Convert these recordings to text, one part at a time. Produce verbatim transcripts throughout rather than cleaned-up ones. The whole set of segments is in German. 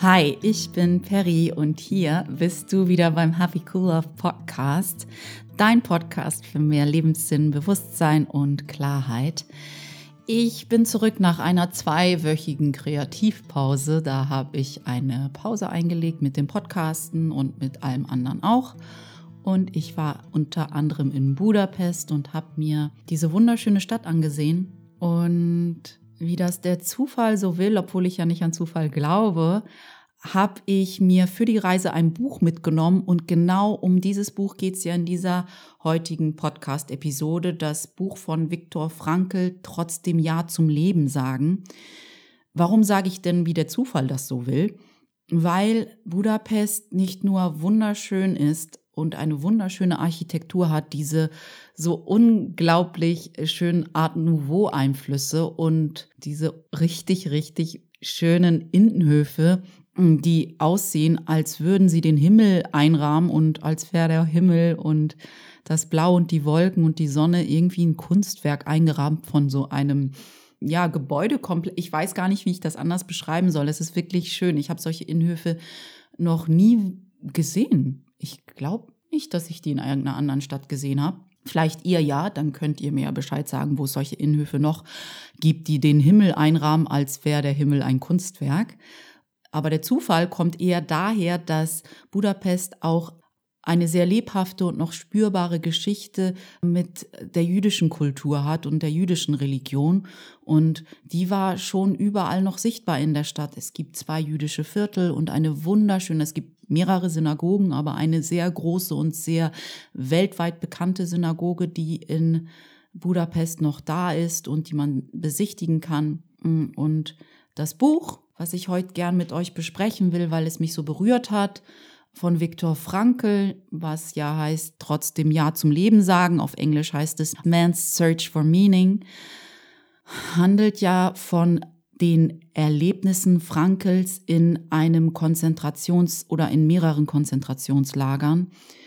Hi, ich bin Peri und hier bist du wieder beim Happy Cool Love Podcast, dein Podcast für mehr Lebenssinn, Bewusstsein und Klarheit. Ich bin zurück nach einer zweiwöchigen Kreativpause. Da habe ich eine Pause eingelegt mit dem Podcasten und mit allem anderen auch. Und ich war unter anderem in Budapest und habe mir diese wunderschöne Stadt angesehen. Und wie das der Zufall so will, obwohl ich ja nicht an Zufall glaube, habe ich mir für die Reise ein Buch mitgenommen. Und genau um dieses Buch geht es ja in dieser heutigen Podcast-Episode. Das Buch von Viktor Frankl, Trotzdem Ja zum Leben sagen. Warum sage ich denn, wie der Zufall das so will? Weil Budapest nicht nur wunderschön ist und eine wunderschöne Architektur hat, diese so unglaublich schönen Art Nouveau-Einflüsse und diese richtig, richtig schönen Innenhöfe, die aussehen, als würden sie den Himmel einrahmen und als wäre der Himmel und das Blau und die Wolken und die Sonne irgendwie ein Kunstwerk eingerahmt von so einem ja, Gebäudekomplex. Ich weiß gar nicht, wie ich das anders beschreiben soll. Es ist wirklich schön. Ich habe solche Innenhöfe noch nie gesehen. Ich glaube nicht, dass ich die in irgendeiner anderen Stadt gesehen habe. Vielleicht ihr ja, dann könnt ihr mir ja Bescheid sagen, wo es solche Innenhöfe noch gibt, die den Himmel einrahmen, als wäre der Himmel ein Kunstwerk. Aber der Zufall kommt eher daher, dass Budapest auch eine sehr lebhafte und noch spürbare Geschichte mit der jüdischen Kultur hat und der jüdischen Religion. Und die war schon überall noch sichtbar in der Stadt. Es gibt zwei jüdische Viertel und eine wunderschöne, es gibt mehrere Synagogen, aber eine sehr große und sehr weltweit bekannte Synagoge, die in Budapest noch da ist und die man besichtigen kann. Und das Buch, was ich heute gern mit euch besprechen will, weil es mich so berührt hat, von Viktor Frankl, was ja heißt, trotzdem Ja zum Leben sagen. Auf Englisch heißt es Man's Search for Meaning, handelt ja von den Erlebnissen Frankls in einem Konzentrations- oder in mehreren Konzentrationslagern.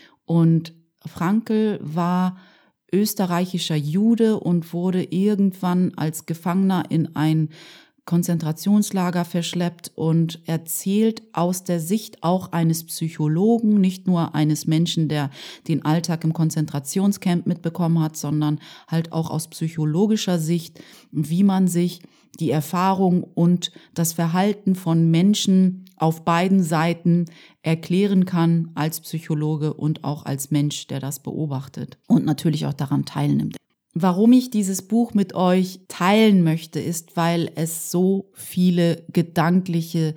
Und Frankl war österreichischer Jude und wurde irgendwann als Gefangener in ein Konzentrationslager verschleppt und erzählt aus der Sicht auch eines Psychologen, nicht nur eines Menschen, der den Alltag im Konzentrationscamp mitbekommen hat, sondern halt auch aus psychologischer Sicht, wie man sich die Erfahrung und das Verhalten von Menschen auf beiden Seiten erklären kann als Psychologe und auch als Mensch, der das beobachtet und natürlich auch daran teilnimmt. Warum ich dieses Buch mit euch teilen möchte, ist, weil es so viele gedankliche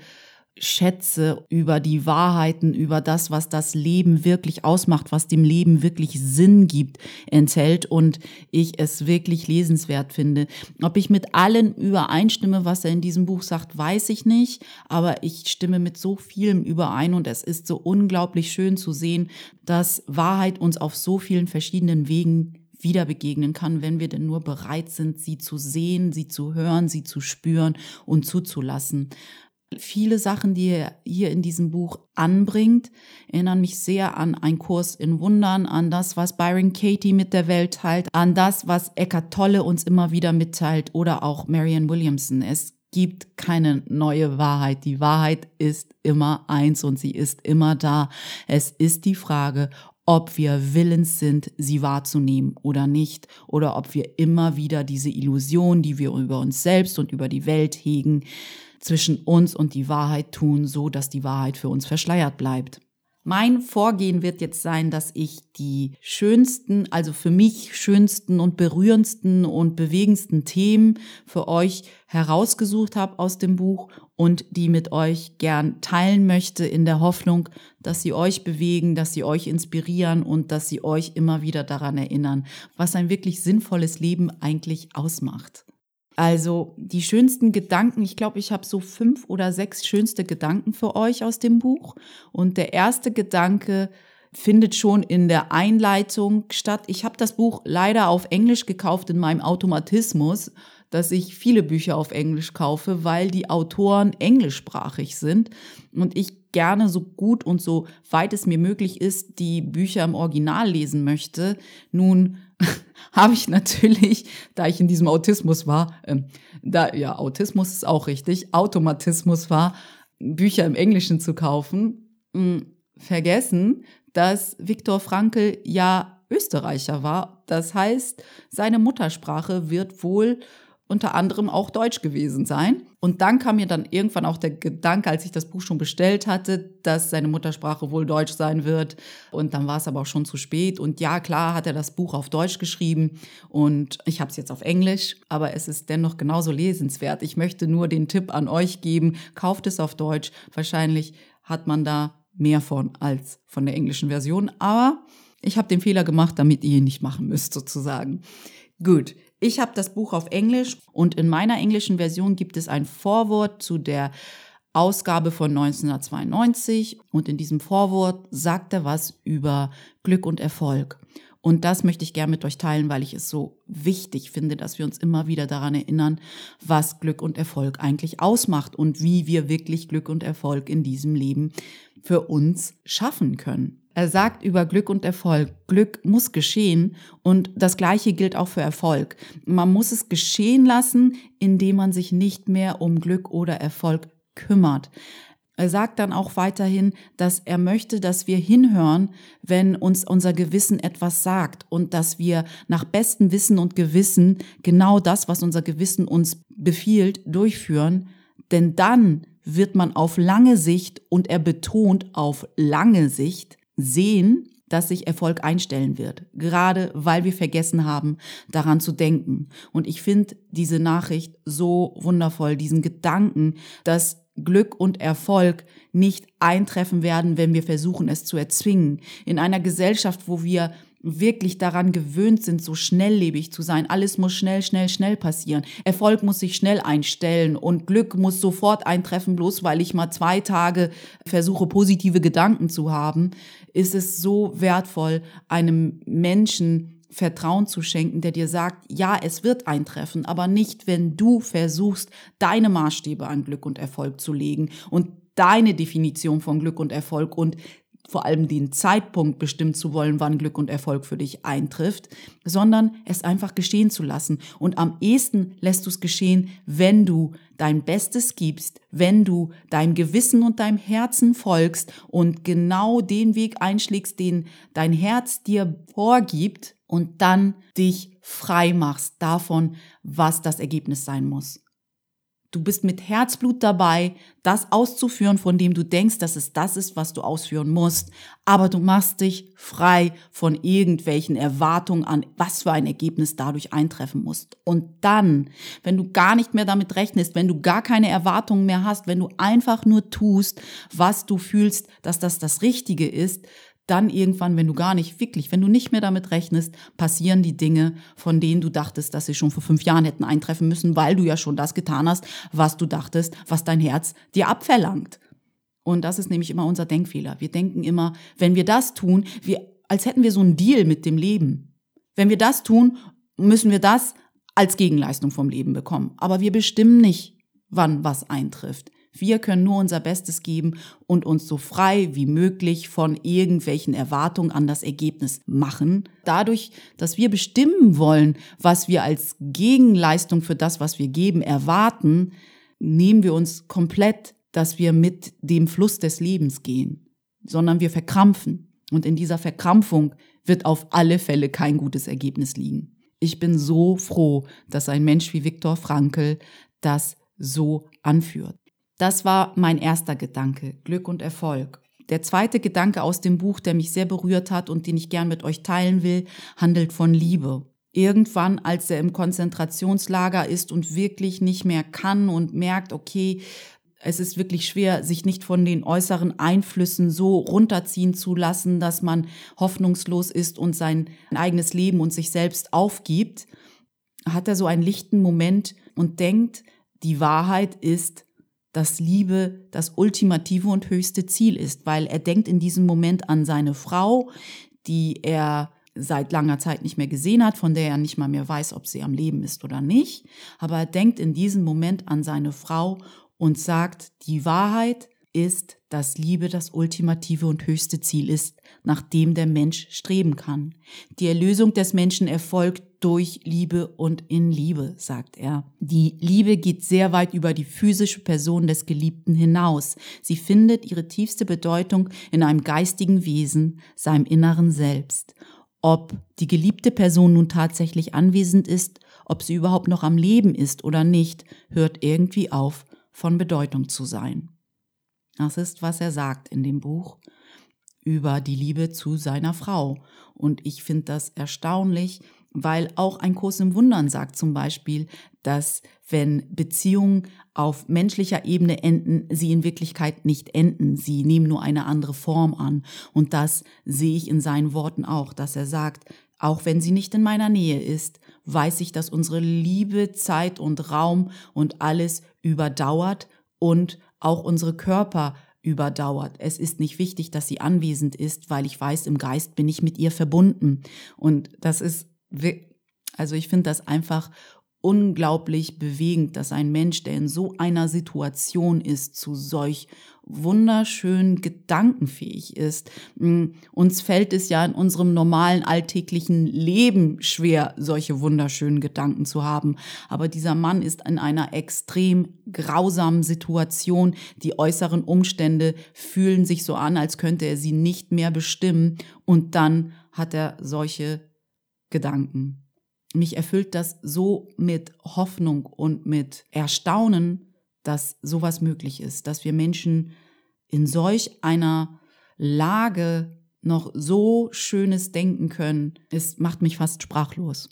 Schätze über die Wahrheiten, über das, was das Leben wirklich ausmacht, was dem Leben wirklich Sinn gibt, enthält und ich es wirklich lesenswert finde. Ob ich mit allen übereinstimme, was er in diesem Buch sagt, weiß ich nicht, aber ich stimme mit so vielem überein und es ist so unglaublich schön zu sehen, dass Wahrheit uns auf so vielen verschiedenen Wegen wieder begegnen kann, wenn wir denn nur bereit sind, sie zu sehen, sie zu hören, sie zu spüren und zuzulassen. Viele Sachen, die er hier in diesem Buch anbringt, erinnern mich sehr an einen Kurs in Wundern, an das, was Byron Katie mit der Welt teilt, an das, was Eckhart Tolle uns immer wieder mitteilt oder auch Marianne Williamson. Es gibt keine neue Wahrheit. Die Wahrheit ist immer eins und sie ist immer da. Es ist die Frage, ob wir willens sind, sie wahrzunehmen oder nicht, oder ob wir immer wieder diese Illusion, die wir über uns selbst und über die Welt hegen, zwischen uns und die Wahrheit tun, so dass die Wahrheit für uns verschleiert bleibt. Mein Vorgehen wird jetzt sein, dass ich die schönsten, also für mich schönsten und berührendsten und bewegendsten Themen für euch herausgesucht habe aus dem Buch und die mit euch gern teilen möchte in der Hoffnung, dass sie euch bewegen, dass sie euch inspirieren und dass sie euch immer wieder daran erinnern, was ein wirklich sinnvolles Leben eigentlich ausmacht. Also die schönsten Gedanken, ich glaube, ich habe so fünf oder sechs schönste Gedanken für euch aus dem Buch. Und der erste Gedanke findet schon in der Einleitung statt. Ich habe das Buch leider auf Englisch gekauft in meinem Automatismus, dass ich viele Bücher auf Englisch kaufe, weil die Autoren englischsprachig sind und ich gerne so gut und so weit es mir möglich ist, die Bücher im Original lesen möchte. Nun habe ich natürlich, da ich in diesem Autismus war, ähm, da ja, Autismus ist auch richtig, Automatismus war, Bücher im Englischen zu kaufen, mh, vergessen, dass Viktor Frankl ja Österreicher war. Das heißt, seine Muttersprache wird wohl unter anderem auch Deutsch gewesen sein. Und dann kam mir dann irgendwann auch der Gedanke, als ich das Buch schon bestellt hatte, dass seine Muttersprache wohl Deutsch sein wird. Und dann war es aber auch schon zu spät. Und ja, klar hat er das Buch auf Deutsch geschrieben und ich habe es jetzt auf Englisch, aber es ist dennoch genauso lesenswert. Ich möchte nur den Tipp an euch geben, kauft es auf Deutsch. Wahrscheinlich hat man da mehr von als von der englischen Version. Aber ich habe den Fehler gemacht, damit ihr ihn nicht machen müsst, sozusagen. Gut. Ich habe das Buch auf Englisch und in meiner englischen Version gibt es ein Vorwort zu der Ausgabe von neunzehnhundertzweiundneunzig und in diesem Vorwort sagt er was über Glück und Erfolg. Und das möchte ich gerne mit euch teilen, weil ich es so wichtig finde, dass wir uns immer wieder daran erinnern, was Glück und Erfolg eigentlich ausmacht und wie wir wirklich Glück und Erfolg in diesem Leben für uns schaffen können. Er sagt über Glück und Erfolg, Glück muss geschehen und das Gleiche gilt auch für Erfolg. Man muss es geschehen lassen, indem man sich nicht mehr um Glück oder Erfolg kümmert. Er sagt dann auch weiterhin, dass er möchte, dass wir hinhören, wenn uns unser Gewissen etwas sagt und dass wir nach bestem Wissen und Gewissen genau das, was unser Gewissen uns befiehlt, durchführen, denn dann wird man auf lange Sicht, und er betont auf lange Sicht, sehen, dass sich Erfolg einstellen wird, gerade weil wir vergessen haben, daran zu denken. Und ich finde diese Nachricht so wundervoll, diesen Gedanken, dass Glück und Erfolg nicht eintreffen werden, wenn wir versuchen, es zu erzwingen. In einer Gesellschaft, wo wir wirklich daran gewöhnt sind, so schnelllebig zu sein. Alles muss schnell, schnell, schnell passieren. Erfolg muss sich schnell einstellen und Glück muss sofort eintreffen, bloß weil ich mal zwei Tage versuche, positive Gedanken zu haben, ist es so wertvoll, einem Menschen Vertrauen zu schenken, der dir sagt, ja, es wird eintreffen, aber nicht, wenn du versuchst, deine Maßstäbe an Glück und Erfolg zu legen und deine Definition von Glück und Erfolg und vor allem den Zeitpunkt bestimmen zu wollen, wann Glück und Erfolg für dich eintrifft, sondern es einfach geschehen zu lassen. Und am ehesten lässt du es geschehen, wenn du dein Bestes gibst, wenn du deinem Gewissen und deinem Herzen folgst und genau den Weg einschlägst, den dein Herz dir vorgibt und dann dich frei machst davon, was das Ergebnis sein muss. Du bist mit Herzblut dabei, das auszuführen, von dem du denkst, dass es das ist, was du ausführen musst. Aber du machst dich frei von irgendwelchen Erwartungen an, was für ein Ergebnis dadurch eintreffen muss. Und dann, wenn du gar nicht mehr damit rechnest, wenn du gar keine Erwartungen mehr hast, wenn du einfach nur tust, was du fühlst, dass das das Richtige ist, dann irgendwann, wenn du gar nicht wirklich, wenn du nicht mehr damit rechnest, passieren die Dinge, von denen du dachtest, dass sie schon vor fünf Jahren hätten eintreffen müssen, weil du ja schon das getan hast, was du dachtest, was dein Herz dir abverlangt. Und das ist nämlich immer unser Denkfehler. Wir denken immer, wenn wir das tun, wir, als hätten wir so einen Deal mit dem Leben. Wenn wir das tun, müssen wir das als Gegenleistung vom Leben bekommen. Aber wir bestimmen nicht, wann was eintrifft. Wir können nur unser Bestes geben und uns so frei wie möglich von irgendwelchen Erwartungen an das Ergebnis machen. Dadurch, dass wir bestimmen wollen, was wir als Gegenleistung für das, was wir geben, erwarten, nehmen wir uns komplett, dass wir mit dem Fluss des Lebens gehen, sondern wir verkrampfen. Und in dieser Verkrampfung wird auf alle Fälle kein gutes Ergebnis liegen. Ich bin so froh, dass ein Mensch wie Viktor Frankl das so anführt. Das war mein erster Gedanke, Glück und Erfolg. Der zweite Gedanke aus dem Buch, der mich sehr berührt hat und den ich gern mit euch teilen will, handelt von Liebe. Irgendwann, als er im Konzentrationslager ist und wirklich nicht mehr kann und merkt, okay, es ist wirklich schwer, sich nicht von den äußeren Einflüssen so runterziehen zu lassen, dass man hoffnungslos ist und sein eigenes Leben und sich selbst aufgibt, hat er so einen lichten Moment und denkt, die Wahrheit ist, dass Liebe das ultimative und höchste Ziel ist, weil er denkt in diesem Moment an seine Frau, die er seit langer Zeit nicht mehr gesehen hat, von der er nicht mal mehr weiß, ob sie am Leben ist oder nicht. Aber er denkt in diesem Moment an seine Frau und sagt, die Wahrheit ist, dass Liebe das ultimative und höchste Ziel ist, nach dem der Mensch streben kann. Die Erlösung des Menschen erfolgt durch Liebe und in Liebe, sagt er. Die Liebe geht sehr weit über die physische Person des Geliebten hinaus. Sie findet ihre tiefste Bedeutung in einem geistigen Wesen, seinem inneren Selbst. Ob die geliebte Person nun tatsächlich anwesend ist, ob sie überhaupt noch am Leben ist oder nicht, hört irgendwie auf, von Bedeutung zu sein. Das ist, was er sagt in dem Buch über die Liebe zu seiner Frau. Und ich finde das erstaunlich, weil auch ein Kurs im Wundern sagt zum Beispiel, dass wenn Beziehungen auf menschlicher Ebene enden, sie in Wirklichkeit nicht enden. Sie nehmen nur eine andere Form an. Und das sehe ich in seinen Worten auch, dass er sagt, auch wenn sie nicht in meiner Nähe ist, weiß ich, dass unsere Liebe Zeit und Raum und alles überdauert und auch unsere Körper überdauert. Es ist nicht wichtig, dass sie anwesend ist, weil ich weiß, im Geist bin ich mit ihr verbunden. Und das ist, also ich finde das einfach unglaublich bewegend, dass ein Mensch, der in so einer Situation ist, zu solch wunderschönen Gedanken fähig ist. Uns fällt es ja in unserem normalen alltäglichen Leben schwer, solche wunderschönen Gedanken zu haben. Aber dieser Mann ist in einer extrem grausamen Situation. Die äußeren Umstände fühlen sich so an, als könnte er sie nicht mehr bestimmen. Und dann hat er solche Gedanken. Mich erfüllt das so mit Hoffnung und mit Erstaunen, dass sowas möglich ist, dass wir Menschen in solch einer Lage noch so Schönes denken können. Es macht mich fast sprachlos.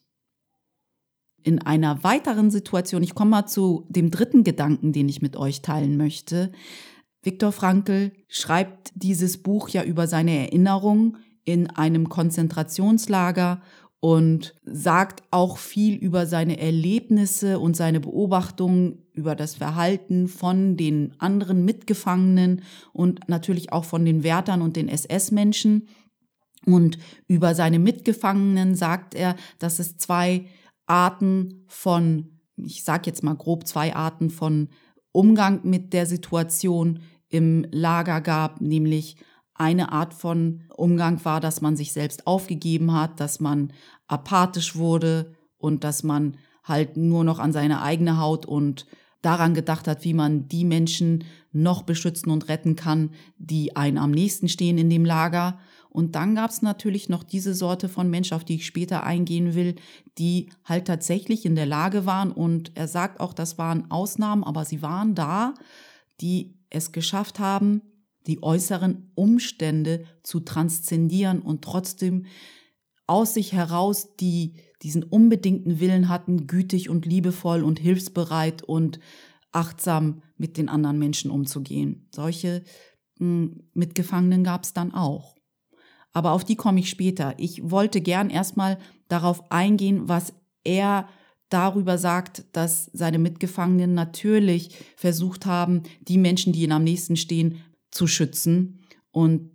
In einer weiteren Situation, ich komme mal zu dem dritten Gedanken, den ich mit euch teilen möchte. Viktor Frankl schreibt dieses Buch ja über seine Erinnerungen in einem Konzentrationslager und sagt auch viel über seine Erlebnisse und seine Beobachtungen über das Verhalten von den anderen Mitgefangenen und natürlich auch von den Wärtern und den S S-Menschen. Und über seine Mitgefangenen sagt er, dass es zwei Arten von, ich sage jetzt mal grob zwei Arten von Umgang mit der Situation im Lager gab, nämlich eine Art von Umgang war, dass man sich selbst aufgegeben hat, dass man apathisch wurde und dass man halt nur noch an seine eigene Haut und daran gedacht hat, wie man die Menschen noch beschützen und retten kann, die einem am nächsten stehen in dem Lager. Und dann gab es natürlich noch diese Sorte von Menschen, auf die ich später eingehen will, die halt tatsächlich in der Lage waren. Und er sagt auch, das waren Ausnahmen, aber sie waren da, die es geschafft haben, die äußeren Umstände zu transzendieren und trotzdem aus sich heraus die diesen unbedingten Willen hatten, gütig und liebevoll und hilfsbereit und achtsam mit den anderen Menschen umzugehen. Solche mh, Mitgefangenen gab es dann auch. Aber auf die komme ich später. Ich wollte gern erstmal darauf eingehen, was er darüber sagt, dass seine Mitgefangenen natürlich versucht haben, die Menschen, die ihnen am nächsten stehen, zu schützen. Und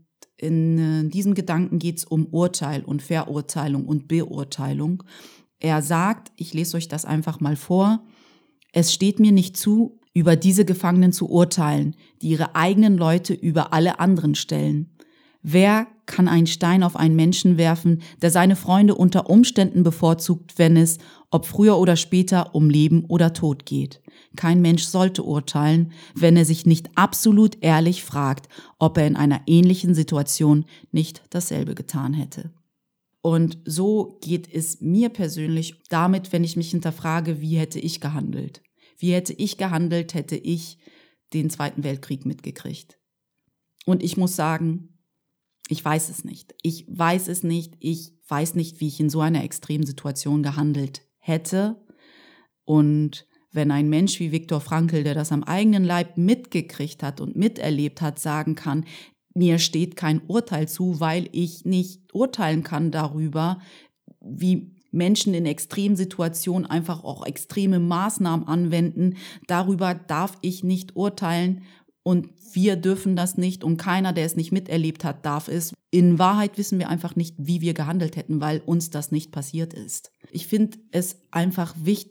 in diesem Gedanken geht es um Urteil und Verurteilung und Beurteilung. Er sagt, ich lese euch das einfach mal vor, es steht mir nicht zu, über diese Gefangenen zu urteilen, die ihre eigenen Leute über alle anderen stellen. Wer kann einen Stein auf einen Menschen werfen, der seine Freunde unter Umständen bevorzugt, wenn es, ob früher oder später, um Leben oder Tod geht? Kein Mensch sollte urteilen, wenn er sich nicht absolut ehrlich fragt, ob er in einer ähnlichen Situation nicht dasselbe getan hätte. Und so geht es mir persönlich damit, wenn ich mich hinterfrage, wie hätte ich gehandelt? Wie hätte ich gehandelt, hätte ich den Zweiten Weltkrieg mitgekriegt? Und ich muss sagen, ich weiß es nicht. Ich weiß es nicht. Ich weiß nicht, wie ich in so einer extremen Situation gehandelt hätte. Und wenn ein Mensch wie Viktor Frankl, der das am eigenen Leib mitgekriegt hat und miterlebt hat, sagen kann, mir steht kein Urteil zu, weil ich nicht urteilen kann darüber, wie Menschen in extremen Situationen einfach auch extreme Maßnahmen anwenden, darüber darf ich nicht urteilen. Und wir dürfen das nicht und keiner, der es nicht miterlebt hat, darf es. In Wahrheit wissen wir einfach nicht, wie wir gehandelt hätten, weil uns das nicht passiert ist. Ich finde es einfach wichtig,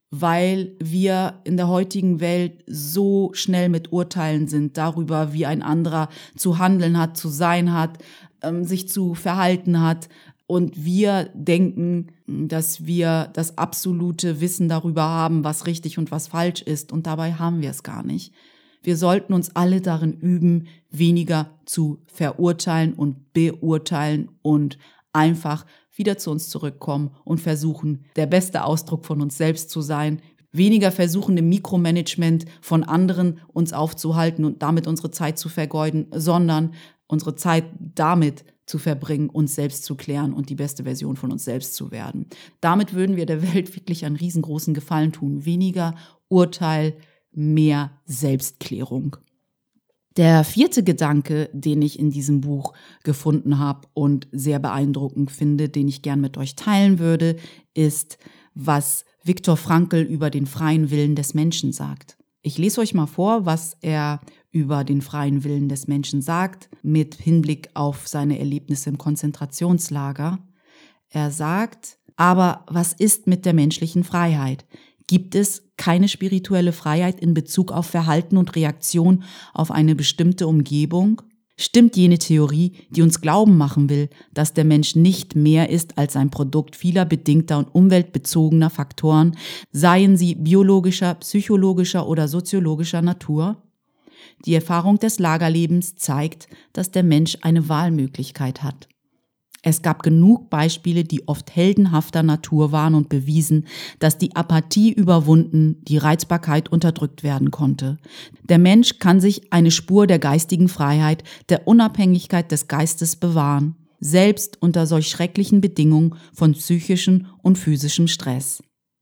weil wir in der heutigen Welt so schnell mit Urteilen sind darüber, wie ein anderer zu handeln hat, zu sein hat, ähm, sich zu verhalten hat. Und wir denken, dass wir das absolute Wissen darüber haben, was richtig und was falsch ist. Und dabei haben wir es gar nicht. Wir sollten uns alle darin üben, weniger zu verurteilen und beurteilen und einfach wieder zu uns zurückkommen und versuchen, der beste Ausdruck von uns selbst zu sein. Weniger versuchen, im Mikromanagement von anderen uns aufzuhalten und damit unsere Zeit zu vergeuden, sondern unsere Zeit damit zu verbringen, uns selbst zu klären und die beste Version von uns selbst zu werden. Damit würden wir der Welt wirklich einen riesengroßen Gefallen tun. Weniger Urteil, mehr Selbstklärung. Der vierte Gedanke, den ich in diesem Buch gefunden habe und sehr beeindruckend finde, den ich gern mit euch teilen würde, ist, was Viktor Frankl über den freien Willen des Menschen sagt. Ich lese euch mal vor, was er über den freien Willen des Menschen sagt, mit Hinblick auf seine Erlebnisse im Konzentrationslager. Er sagt, aber was ist mit der menschlichen Freiheit? Gibt es keine spirituelle Freiheit in Bezug auf Verhalten und Reaktion auf eine bestimmte Umgebung? Stimmt jene Theorie, die uns glauben machen will, dass der Mensch nicht mehr ist als ein Produkt vieler bedingter und umweltbezogener Faktoren, seien sie biologischer, psychologischer oder soziologischer Natur? Die Erfahrung des Lagerlebens zeigt, dass der Mensch eine Wahlmöglichkeit hat. Es gab genug Beispiele, die oft heldenhafter Natur waren und bewiesen, dass die Apathie überwunden, die Reizbarkeit unterdrückt werden konnte. Der Mensch kann sich eine Spur der geistigen Freiheit, der Unabhängigkeit des Geistes bewahren, selbst unter solch schrecklichen Bedingungen von psychischem und physischem Stress.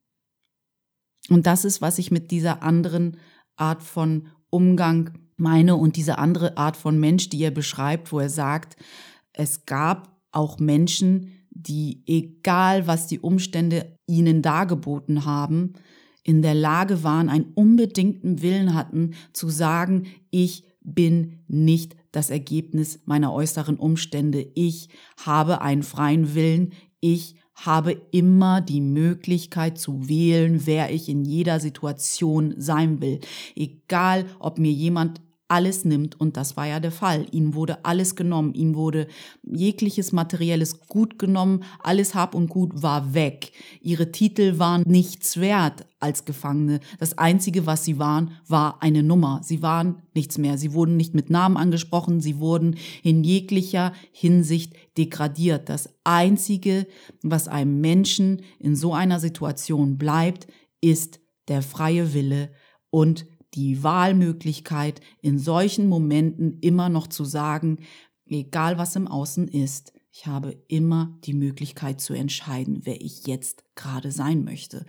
Und das ist, was ich mit dieser anderen Art von Umgang meine und diese andere Art von Mensch, die er beschreibt, wo er sagt, es gab auch Menschen, die, egal was die Umstände ihnen dargeboten haben, in der Lage waren, einen unbedingten Willen hatten, zu sagen, ich bin nicht das Ergebnis meiner äußeren Umstände. Ich habe einen freien Willen. Ich habe immer die Möglichkeit zu wählen, wer ich in jeder Situation sein will. Egal, ob mir jemand alles nimmt, und das war ja der Fall. Ihm wurde alles genommen, ihm wurde jegliches materielles Gut genommen, alles Hab und Gut war weg. Ihre Titel waren nichts wert als Gefangene. Das Einzige, was sie waren, war eine Nummer. Sie waren nichts mehr. Sie wurden nicht mit Namen angesprochen, sie wurden in jeglicher Hinsicht degradiert. Das Einzige, was einem Menschen in so einer Situation bleibt, ist der freie Wille und die Wahlmöglichkeit, in solchen Momenten immer noch zu sagen, egal was im Außen ist, ich habe immer die Möglichkeit zu entscheiden, wer ich jetzt gerade sein möchte.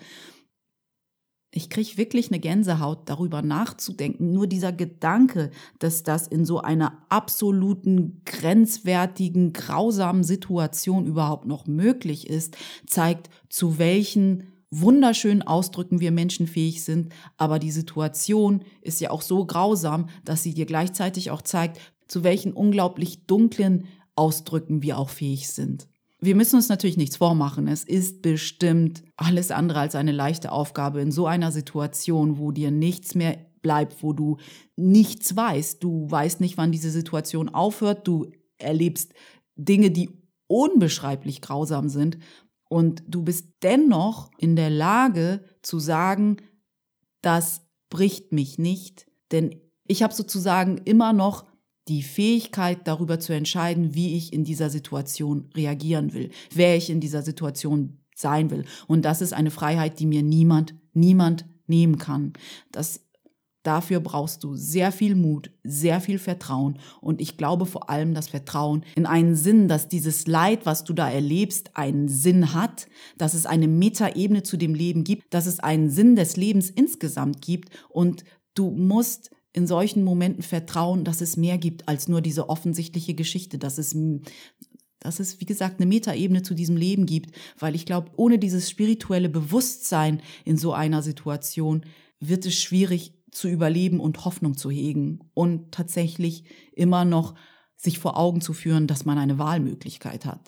Ich kriege wirklich eine Gänsehaut, darüber nachzudenken. Nur dieser Gedanke, dass das in so einer absoluten, grenzwertigen, grausamen Situation überhaupt noch möglich ist, zeigt, zu welchen wunderschönen Ausdrücken wir Menschen fähig sind, aber die Situation ist ja auch so grausam, dass sie dir gleichzeitig auch zeigt, zu welchen unglaublich dunklen Ausdrücken wir auch fähig sind. Wir müssen uns natürlich nichts vormachen. Es ist bestimmt alles andere als eine leichte Aufgabe in so einer Situation, wo dir nichts mehr bleibt, wo du nichts weißt. Du weißt nicht, wann diese Situation aufhört. Du erlebst Dinge, die unbeschreiblich grausam sind. Und du bist dennoch in der Lage zu sagen, das bricht mich nicht, denn ich habe sozusagen immer noch die Fähigkeit, darüber zu entscheiden, wie ich in dieser Situation reagieren will, wer ich in dieser Situation sein will. Und das ist eine Freiheit, die mir niemand, niemand nehmen kann. Das Dafür brauchst du sehr viel Mut, sehr viel Vertrauen und ich glaube vor allem das Vertrauen in einen Sinn, dass dieses Leid, was du da erlebst, einen Sinn hat, dass es eine Metaebene zu dem Leben gibt, dass es einen Sinn des Lebens insgesamt gibt und du musst in solchen Momenten vertrauen, dass es mehr gibt als nur diese offensichtliche Geschichte, dass es dass es, wie gesagt, eine Metaebene zu diesem Leben gibt, weil ich glaube, ohne dieses spirituelle Bewusstsein in so einer Situation wird es schwierig zu überleben und Hoffnung zu hegen und tatsächlich immer noch sich vor Augen zu führen, dass man eine Wahlmöglichkeit hat.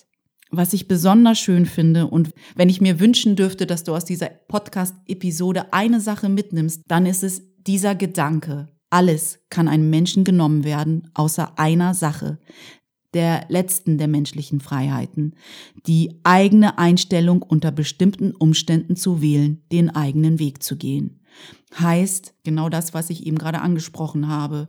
was ich besonders schön finde und wenn ich mir wünschen dürfte, dass du aus dieser Podcast-Episode eine Sache mitnimmst, dann ist es dieser Gedanke. Alles kann einem Menschen genommen werden, außer einer Sache, der letzten der menschlichen Freiheiten, die eigene Einstellung unter bestimmten Umständen zu wählen, den eigenen Weg zu gehen. Heißt genau das, was ich eben gerade angesprochen habe.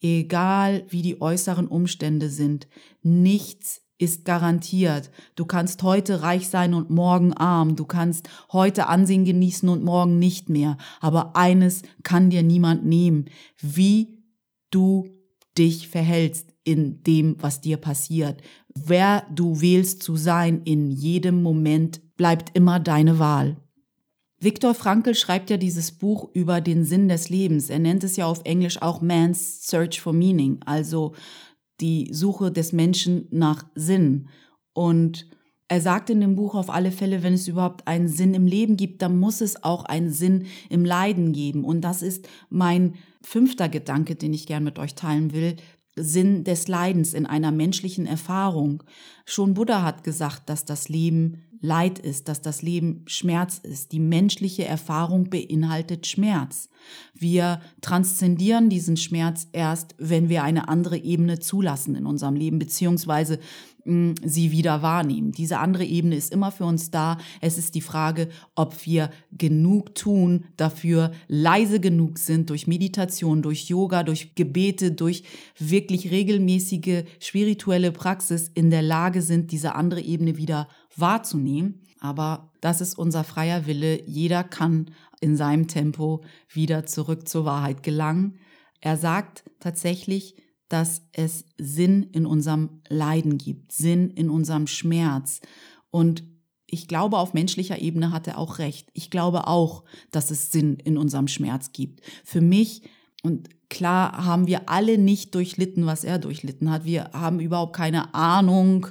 Egal wie die äußeren Umstände sind, nichts ist garantiert. Du kannst heute reich sein und morgen arm. Du kannst heute Ansehen genießen und morgen nicht mehr. Aber eines kann dir niemand nehmen, wie du dich verhältst in dem, was dir passiert. Wer du wählst zu sein in jedem Moment, bleibt immer deine Wahl. Viktor Frankl schreibt ja dieses Buch über den Sinn des Lebens. Er nennt es ja auf Englisch auch Man's Search for Meaning, also die Suche des Menschen nach Sinn. Und er sagt in dem Buch auf alle Fälle, wenn es überhaupt einen Sinn im Leben gibt, dann muss es auch einen Sinn im Leiden geben. Und das ist mein fünfter Gedanke, den ich gern mit euch teilen will. Sinn des Leidens in einer menschlichen Erfahrung. Schon Buddha hat gesagt, dass das Leben Leid ist, dass das Leben Schmerz ist. Die menschliche Erfahrung beinhaltet Schmerz. Wir transzendieren diesen Schmerz erst, wenn wir eine andere Ebene zulassen in unserem Leben, beziehungsweise mh, sie wieder wahrnehmen. Diese andere Ebene ist immer für uns da. Es ist die Frage, ob wir genug tun, dafür leise genug sind, durch Meditation, durch Yoga, durch Gebete, durch wirklich regelmäßige spirituelle Praxis in der Lage sind, diese andere Ebene wieder wahrzunehmen. Aber das ist unser freier Wille. Jeder kann in seinem Tempo wieder zurück zur Wahrheit gelangen. Er sagt tatsächlich, dass es Sinn in unserem Leiden gibt, Sinn in unserem Schmerz. Und ich glaube, auf menschlicher Ebene hat er auch recht. Ich glaube auch, dass es Sinn in unserem Schmerz gibt. Für mich, und klar haben wir alle nicht durchlitten, was er durchlitten hat. Wir haben überhaupt keine Ahnung,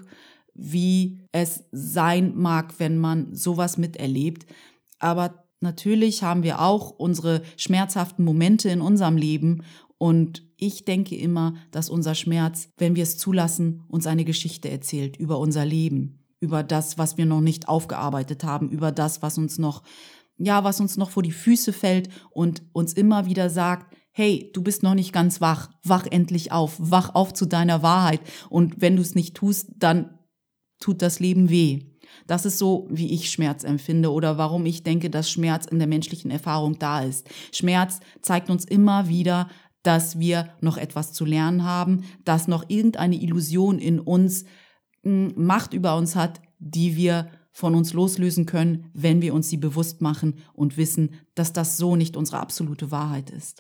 wie es sein mag, wenn man sowas miterlebt. Aber natürlich haben wir auch unsere schmerzhaften Momente in unserem Leben. Und ich denke immer, dass unser Schmerz, wenn wir es zulassen, uns eine Geschichte erzählt über unser Leben, über das, was wir noch nicht aufgearbeitet haben, über das, was uns noch, ja, was uns noch vor die Füße fällt und uns immer wieder sagt, hey, du bist noch nicht ganz wach, wach endlich auf, wach auf zu deiner Wahrheit. Und wenn du es nicht tust, dann tut das Leben weh. Das ist so, wie ich Schmerz empfinde oder warum ich denke, dass Schmerz in der menschlichen Erfahrung da ist. Schmerz zeigt uns immer wieder, dass wir noch etwas zu lernen haben, dass noch irgendeine Illusion in uns mh, Macht über uns hat, die wir von uns loslösen können, wenn wir uns sie bewusst machen und wissen, dass das so nicht unsere absolute Wahrheit ist.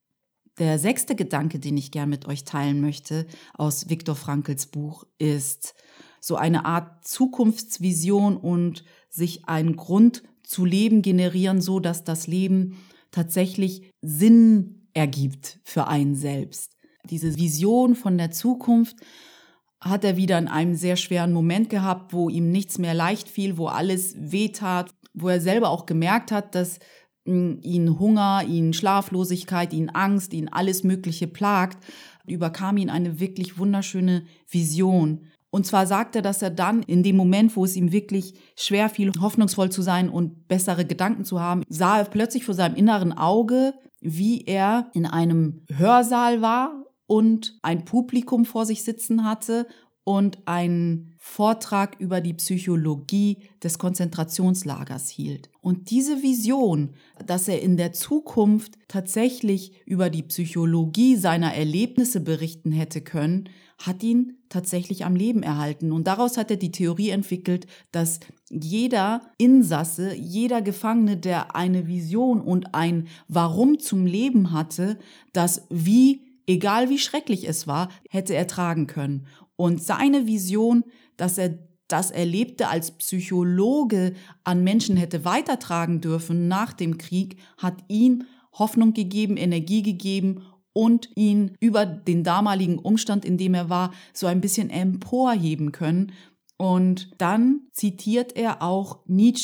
Der sechste Gedanke, den ich gern mit euch teilen möchte aus Viktor Frankls Buch, ist so eine Art Zukunftsvision und sich einen Grund zu leben generieren, so dass das Leben tatsächlich Sinn ergibt für einen selbst. Diese Vision von der Zukunft hat er wieder in einem sehr schweren Moment gehabt, wo ihm nichts mehr leicht fiel, wo alles wehtat, wo er selber auch gemerkt hat, dass mh, ihn Hunger, ihn Schlaflosigkeit, ihn Angst, ihn alles Mögliche plagt, überkam ihn eine wirklich wunderschöne Vision. Und zwar sagt er, dass er dann in dem Moment, wo es ihm wirklich schwer fiel, hoffnungsvoll zu sein und bessere Gedanken zu haben, sah er plötzlich vor seinem inneren Auge, wie er in einem Hörsaal war und ein Publikum vor sich sitzen hatte und einen Vortrag über die Psychologie des Konzentrationslagers hielt. Und diese Vision, dass er in der Zukunft tatsächlich über die Psychologie seiner Erlebnisse berichten hätte können, hat ihn tatsächlich am Leben erhalten. Und daraus hat er die Theorie entwickelt, dass jeder Insasse, jeder Gefangene, der eine Vision und ein Warum zum Leben hatte, das wie, egal wie schrecklich es war, hätte er tragen können. Und seine Vision, dass er das Erlebte als Psychologe an Menschen hätte weitertragen dürfen nach dem Krieg, hat ihm Hoffnung gegeben, Energie gegeben und ihn über den damaligen Umstand, in dem er war, so ein bisschen emporheben können. Und dann zitiert er auch Nietzsche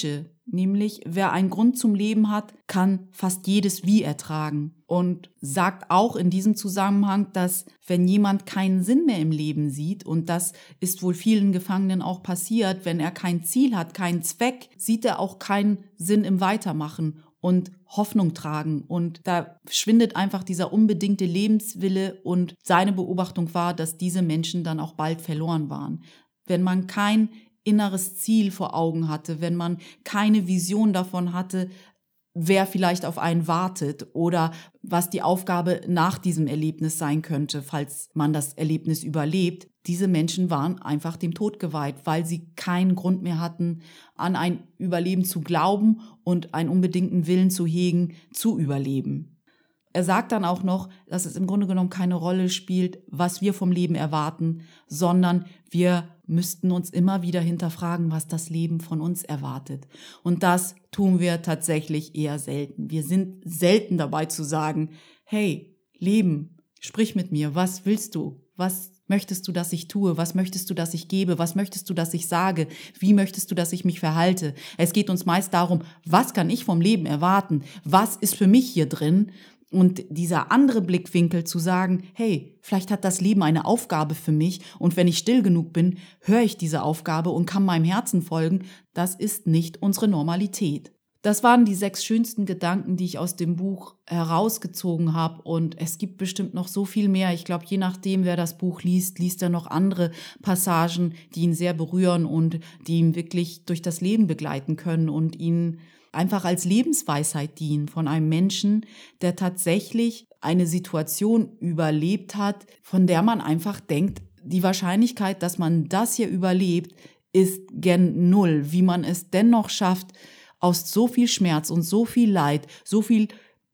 nämlich wer einen Grund zum Leben hat, kann fast jedes Wie ertragen. Und sagt auch in diesem Zusammenhang, dass wenn jemand keinen Sinn mehr im Leben sieht, und das ist wohl vielen Gefangenen auch passiert, wenn er kein Ziel hat, keinen Zweck, sieht er auch keinen Sinn im Weitermachen und Hoffnung tragen. Und da schwindet einfach dieser unbedingte Lebenswille, und seine Beobachtung war, dass diese Menschen dann auch bald verloren waren. Wenn man kein inneres Ziel vor Augen hatte, wenn man keine Vision davon hatte, wer vielleicht auf einen wartet oder was die Aufgabe nach diesem Erlebnis sein könnte, falls man das Erlebnis überlebt. Diese Menschen waren einfach dem Tod geweiht, weil sie keinen Grund mehr hatten, an ein Überleben zu glauben und einen unbedingten Willen zu hegen, zu überleben. Er sagt dann auch noch, dass es im Grunde genommen keine Rolle spielt, was wir vom Leben erwarten, sondern wir müssten uns immer wieder hinterfragen, was das Leben von uns erwartet. Und das tun wir tatsächlich eher selten. Wir sind selten dabei zu sagen, hey, Leben, sprich mit mir, was willst du? Was möchtest du, dass ich tue? Was möchtest du, dass ich gebe? Was möchtest du, dass ich sage? Wie möchtest du, dass ich mich verhalte? Es geht uns meist darum, was kann ich vom Leben erwarten? Was ist für mich hier drin? Und dieser andere Blickwinkel zu sagen, hey, vielleicht hat das Leben eine Aufgabe für mich, und wenn ich still genug bin, höre ich diese Aufgabe und kann meinem Herzen folgen, das ist nicht unsere Normalität. Das waren die sechs schönsten Gedanken, die ich aus dem Buch herausgezogen habe, und es gibt bestimmt noch so viel mehr. Ich glaube, je nachdem, wer das Buch liest, liest er noch andere Passagen, die ihn sehr berühren und die ihn wirklich durch das Leben begleiten können und ihn einfach als Lebensweisheit dienen von einem Menschen, der tatsächlich eine Situation überlebt hat, von der man einfach denkt, die Wahrscheinlichkeit, dass man das hier überlebt, ist gen Null. Wie man es dennoch schafft, aus so viel Schmerz und so viel Leid, so viel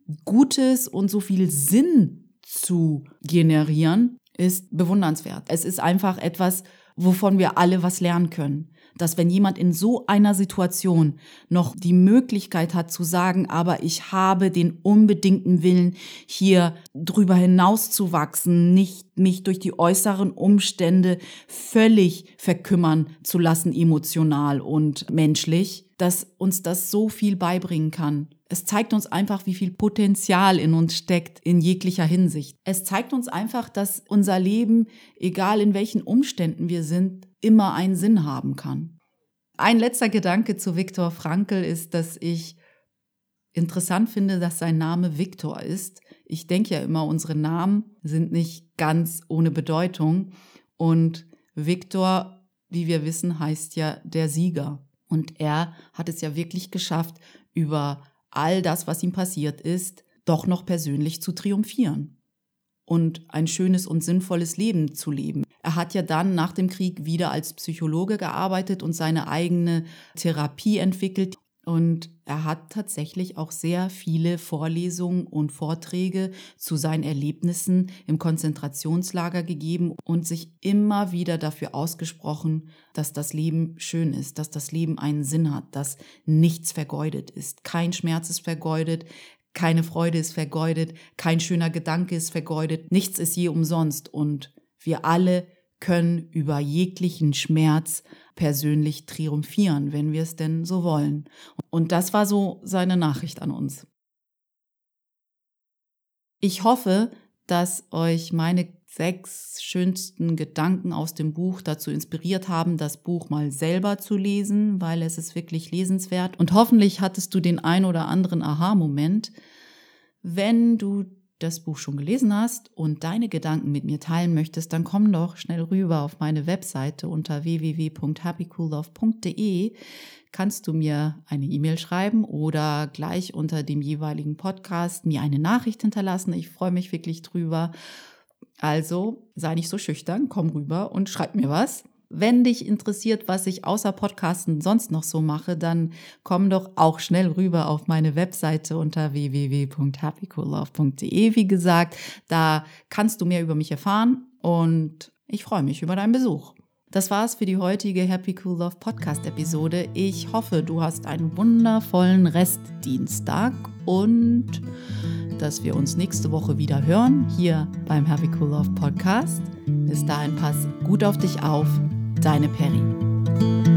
Gutes und so viel Sinn zu generieren, ist bewundernswert. Es ist einfach etwas, wovon wir alle was lernen können. Dass wenn jemand in so einer Situation noch die Möglichkeit hat zu sagen, aber ich habe den unbedingten Willen, hier drüber hinaus zu wachsen, nicht mich durch die äußeren Umstände völlig verkümmern zu lassen, emotional und menschlich, dass uns das so viel beibringen kann. Es zeigt uns einfach, wie viel Potenzial in uns steckt, in jeglicher Hinsicht. Es zeigt uns einfach, dass unser Leben, egal in welchen Umständen wir sind, immer einen Sinn haben kann. Ein letzter Gedanke zu Viktor Frankl ist, dass ich interessant finde, dass sein Name Viktor ist. Ich denke ja immer, unsere Namen sind nicht ganz ohne Bedeutung. Und Viktor, wie wir wissen, heißt ja der Sieger. Und er hat es ja wirklich geschafft, über all das, was ihm passiert ist, doch noch persönlich zu triumphieren und ein schönes und sinnvolles Leben zu leben. Er hat ja dann nach dem Krieg wieder als Psychologe gearbeitet und seine eigene Therapie entwickelt. Und er hat tatsächlich auch sehr viele Vorlesungen und Vorträge zu seinen Erlebnissen im Konzentrationslager gegeben und sich immer wieder dafür ausgesprochen, dass das Leben schön ist, dass das Leben einen Sinn hat, dass nichts vergeudet ist. Kein Schmerz ist vergeudet, keine Freude ist vergeudet, kein schöner Gedanke ist vergeudet, nichts ist je umsonst. Und wir alle können über jeglichen Schmerz persönlich triumphieren, wenn wir es denn so wollen. Und das war so seine Nachricht an uns. Ich hoffe, dass euch meine sechs schönsten Gedanken aus dem Buch dazu inspiriert haben, das Buch mal selber zu lesen, weil es ist wirklich lesenswert. Und hoffentlich hattest du den ein oder anderen Aha-Moment. Wenn du das Buch schon gelesen hast und deine Gedanken mit mir teilen möchtest, dann komm doch schnell rüber auf meine Webseite unter w w w punkt happy cool love punkt d e. Kannst du mir eine E-Mail schreiben oder gleich unter dem jeweiligen Podcast mir eine Nachricht hinterlassen. Ich freue mich wirklich drüber. Also sei nicht so schüchtern, komm rüber und schreib mir was. Wenn dich interessiert, was ich außer Podcasten sonst noch so mache, dann komm doch auch schnell rüber auf meine Webseite unter w w w punkt happy cool love punkt d e. Wie gesagt, da kannst du mehr über mich erfahren und ich freue mich über deinen Besuch. Das war's für die heutige Happy Cool Love Podcast Episode. Ich hoffe, du hast einen wundervollen Restdienstag und dass wir uns nächste Woche wieder hören, hier beim Happy Cool Love Podcast. Bis dahin, pass gut auf dich auf. Deine Peri.